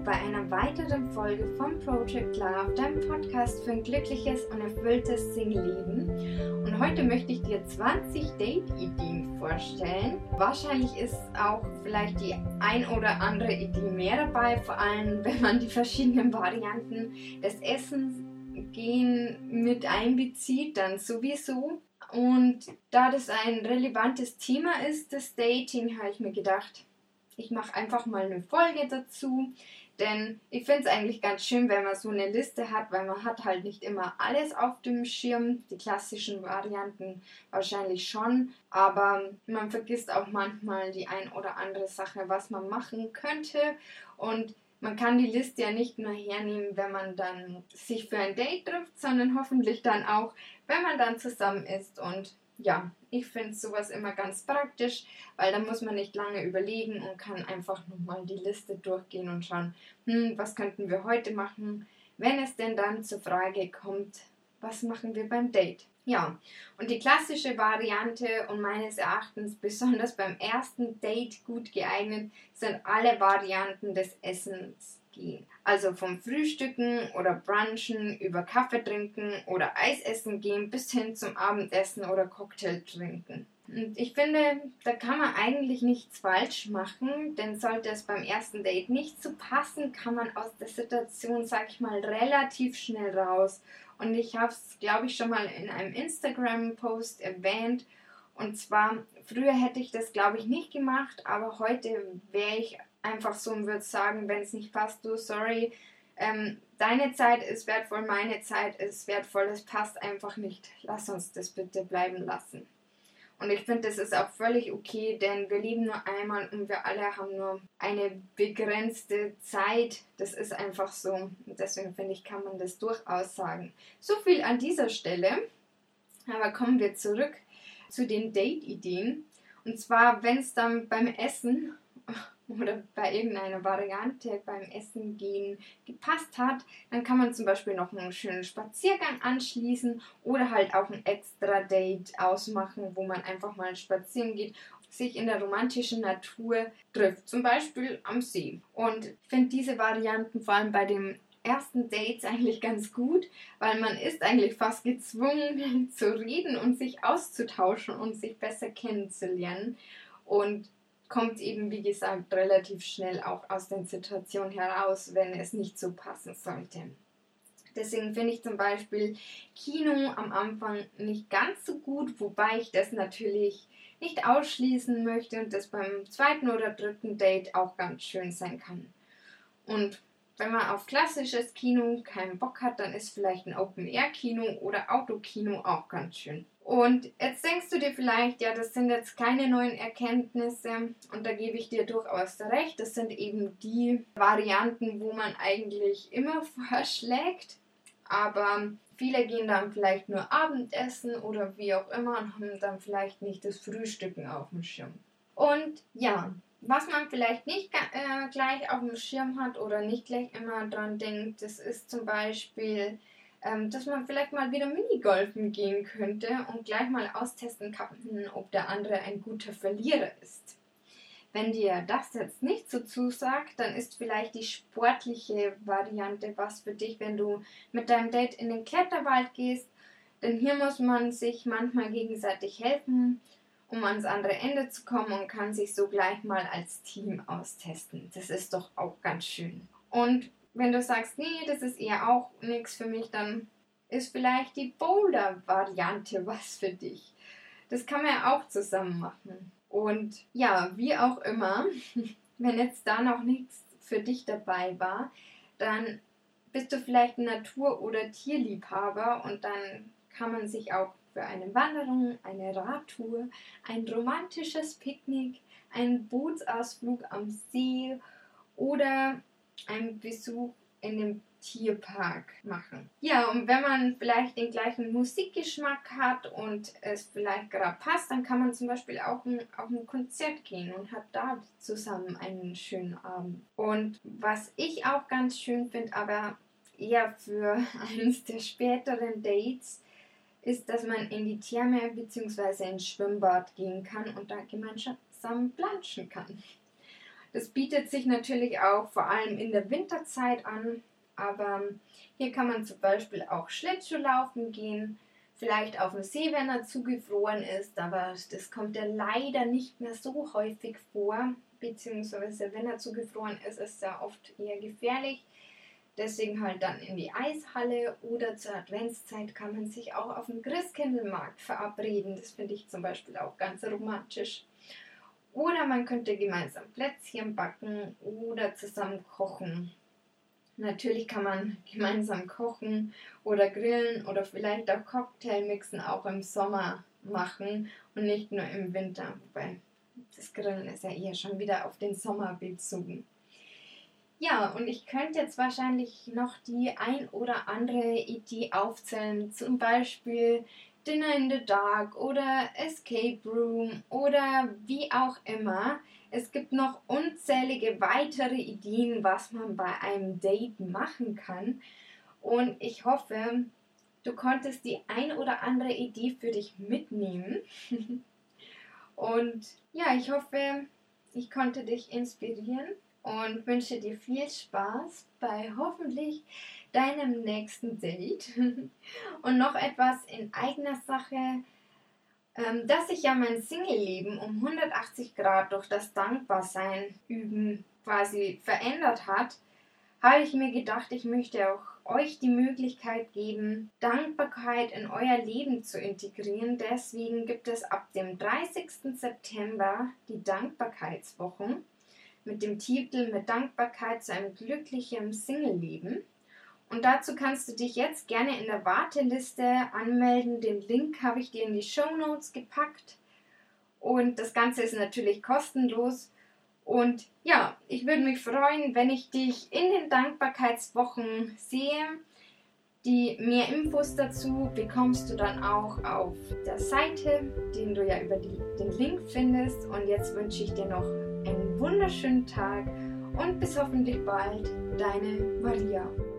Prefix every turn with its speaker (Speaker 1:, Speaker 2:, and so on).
Speaker 1: bei einer weiteren Folge von Project Love, deinem Podcast für ein glückliches und erfülltes Single-Leben. Und heute möchte ich dir 20 Date-Ideen vorstellen. Wahrscheinlich ist auch vielleicht die ein oder andere Idee mehr dabei, vor allem wenn man die verschiedenen Varianten des Essens gehen mit einbezieht, dann sowieso. Und da das ein relevantes Thema ist, das Dating, habe ich mir gedacht, ich mache einfach mal eine Folge dazu, denn ich finde es eigentlich ganz schön, wenn man so eine Liste hat, weil man hat halt nicht immer alles auf dem Schirm, die klassischen Varianten wahrscheinlich schon, aber man vergisst auch manchmal die ein oder andere Sache, was man machen könnte, und man kann die Liste ja nicht nur hernehmen, wenn man dann sich für ein Date trifft, sondern hoffentlich dann auch, wenn man dann zusammen ist. Und ja, ich finde sowas immer ganz praktisch, weil dann muss man nicht lange überlegen und kann einfach nochmal die Liste durchgehen und schauen, was könnten wir heute machen, wenn es denn dann zur Frage kommt, was machen wir beim Date? Ja, und die klassische Variante und meines Erachtens besonders beim ersten Date gut geeignet sind alle Varianten des Essens gehen. Also vom Frühstücken oder Brunchen über Kaffee trinken oder Eis essen gehen bis hin zum Abendessen oder Cocktail trinken. Und ich finde, da kann man eigentlich nichts falsch machen, denn sollte es beim ersten Date nicht so passen, kann man aus der Situation, sag ich mal, relativ schnell raus. Und ich habe es, glaube ich, schon mal in einem Instagram-Post erwähnt. Und zwar, früher hätte ich das, glaube ich, nicht gemacht, aber heute wäre ich einfach so und würde sagen, wenn es nicht passt, du, sorry, deine Zeit ist wertvoll, meine Zeit ist wertvoll, es passt einfach nicht. Lass uns das bitte bleiben lassen. Und ich finde, das ist auch völlig okay, denn wir leben nur einmal und wir alle haben nur eine begrenzte Zeit. Das ist einfach so. Und deswegen finde ich, kann man das durchaus sagen. So viel an dieser Stelle. Aber kommen wir zurück zu den Date-Ideen. Und zwar, wenn es dann beim Essen oder bei irgendeiner Variante beim Essen gehen gepasst hat, dann kann man zum Beispiel noch einen schönen Spaziergang anschließen oder halt auch ein extra Date ausmachen, wo man einfach mal spazieren geht, sich in der romantischen Natur trifft, zum Beispiel am See. Und ich finde diese Varianten vor allem bei dem ersten Dates eigentlich ganz gut, weil man ist eigentlich fast gezwungen zu reden und sich auszutauschen und sich besser kennenzulernen und kommt eben, wie gesagt, relativ schnell auch aus den Situationen heraus, wenn es nicht so passen sollte. Deswegen finde ich zum Beispiel Kino am Anfang nicht ganz so gut, wobei ich das natürlich nicht ausschließen möchte und das beim zweiten oder dritten Date auch ganz schön sein kann. Und wenn man auf klassisches Kino keinen Bock hat, dann ist vielleicht ein Open-Air-Kino oder Autokino auch ganz schön. Und jetzt denkst du dir vielleicht, ja, das sind jetzt keine neuen Erkenntnisse, und da gebe ich dir durchaus recht. Das sind eben die Varianten, wo man eigentlich immer vorschlägt, aber viele gehen dann vielleicht nur Abendessen oder wie auch immer und haben dann vielleicht nicht das Frühstücken auf dem Schirm. Und ja, was man vielleicht nicht gleich auf dem Schirm hat oder nicht gleich immer dran denkt, das ist zum Beispiel, dass man vielleicht mal wieder Minigolfen gehen könnte und gleich mal austesten kann, ob der andere ein guter Verlierer ist. Wenn dir das jetzt nicht so zusagt, dann ist vielleicht die sportliche Variante was für dich, wenn du mit deinem Date in den Kletterwald gehst, denn hier muss man sich manchmal gegenseitig helfen, um ans andere Ende zu kommen, und kann sich so gleich mal als Team austesten. Das ist doch auch ganz schön. Und wenn du sagst, nee, das ist eher auch nichts für mich, dann ist vielleicht die Boulder-Variante was für dich. Das kann man ja auch zusammen machen. Und ja, wie auch immer, wenn jetzt da noch nichts für dich dabei war, dann bist du vielleicht ein Natur- oder Tierliebhaber, und dann kann man sich auch für eine Wanderung, eine Radtour, ein romantisches Picknick, einen Bootsausflug am See oder einen Besuch in dem Tierpark machen. Ja, und wenn man vielleicht den gleichen Musikgeschmack hat und es vielleicht gerade passt, dann kann man zum Beispiel auch auf ein Konzert gehen und hat da zusammen einen schönen Abend. Und was ich auch ganz schön finde, aber eher für eines der späteren Dates, ist, dass man in die Therme bzw. ins Schwimmbad gehen kann und da gemeinsam planschen kann. Das bietet sich natürlich auch vor allem in der Winterzeit an, aber hier kann man zum Beispiel auch Schlittschuhlaufen gehen, vielleicht auf dem See, wenn er zugefroren ist, aber das kommt ja leider nicht mehr so häufig vor, beziehungsweise wenn er zugefroren ist, ist er oft eher gefährlich. Deswegen halt dann in die Eishalle oder zur Adventszeit kann man sich auch auf dem Christkindlmarkt verabreden. Das finde ich zum Beispiel auch ganz romantisch. Oder man könnte gemeinsam Plätzchen backen oder zusammen kochen. Natürlich kann man gemeinsam kochen oder grillen oder vielleicht auch Cocktailmixen auch im Sommer machen und nicht nur im Winter. Wobei das Grillen ist ja eher schon wieder auf den Sommer bezogen. Ja, und ich könnte jetzt wahrscheinlich noch die ein oder andere Idee aufzählen, zum Beispiel Dinner in the Dark oder Escape Room oder wie auch immer. Es gibt noch unzählige weitere Ideen, was man bei einem Date machen kann. Und ich hoffe, du konntest die ein oder andere Idee für dich mitnehmen. Und ja, ich hoffe, ich konnte dich inspirieren und wünsche dir viel Spaß bei hoffentlich deinem nächsten Date. Und noch etwas in eigener Sache, dass sich ja mein Single-Leben um 180 Grad durch das Dankbarsein üben quasi verändert hat, habe ich mir gedacht, ich möchte auch euch die Möglichkeit geben, Dankbarkeit in euer Leben zu integrieren. Deswegen gibt es ab dem 30. September die Dankbarkeitswochen mit dem Titel Mit Dankbarkeit zu einem glücklichen Single-Leben. Und dazu kannst du dich jetzt gerne in der Warteliste anmelden. Den Link habe ich dir in die Shownotes gepackt. Und das Ganze ist natürlich kostenlos. Und ja, ich würde mich freuen, wenn ich dich in den Dankbarkeitswochen sehe. Die mehr Infos dazu bekommst du dann auch auf der Seite, den du ja über den Link findest. Und jetzt wünsche ich dir noch einen wunderschönen Tag und bis hoffentlich bald, deine Maria.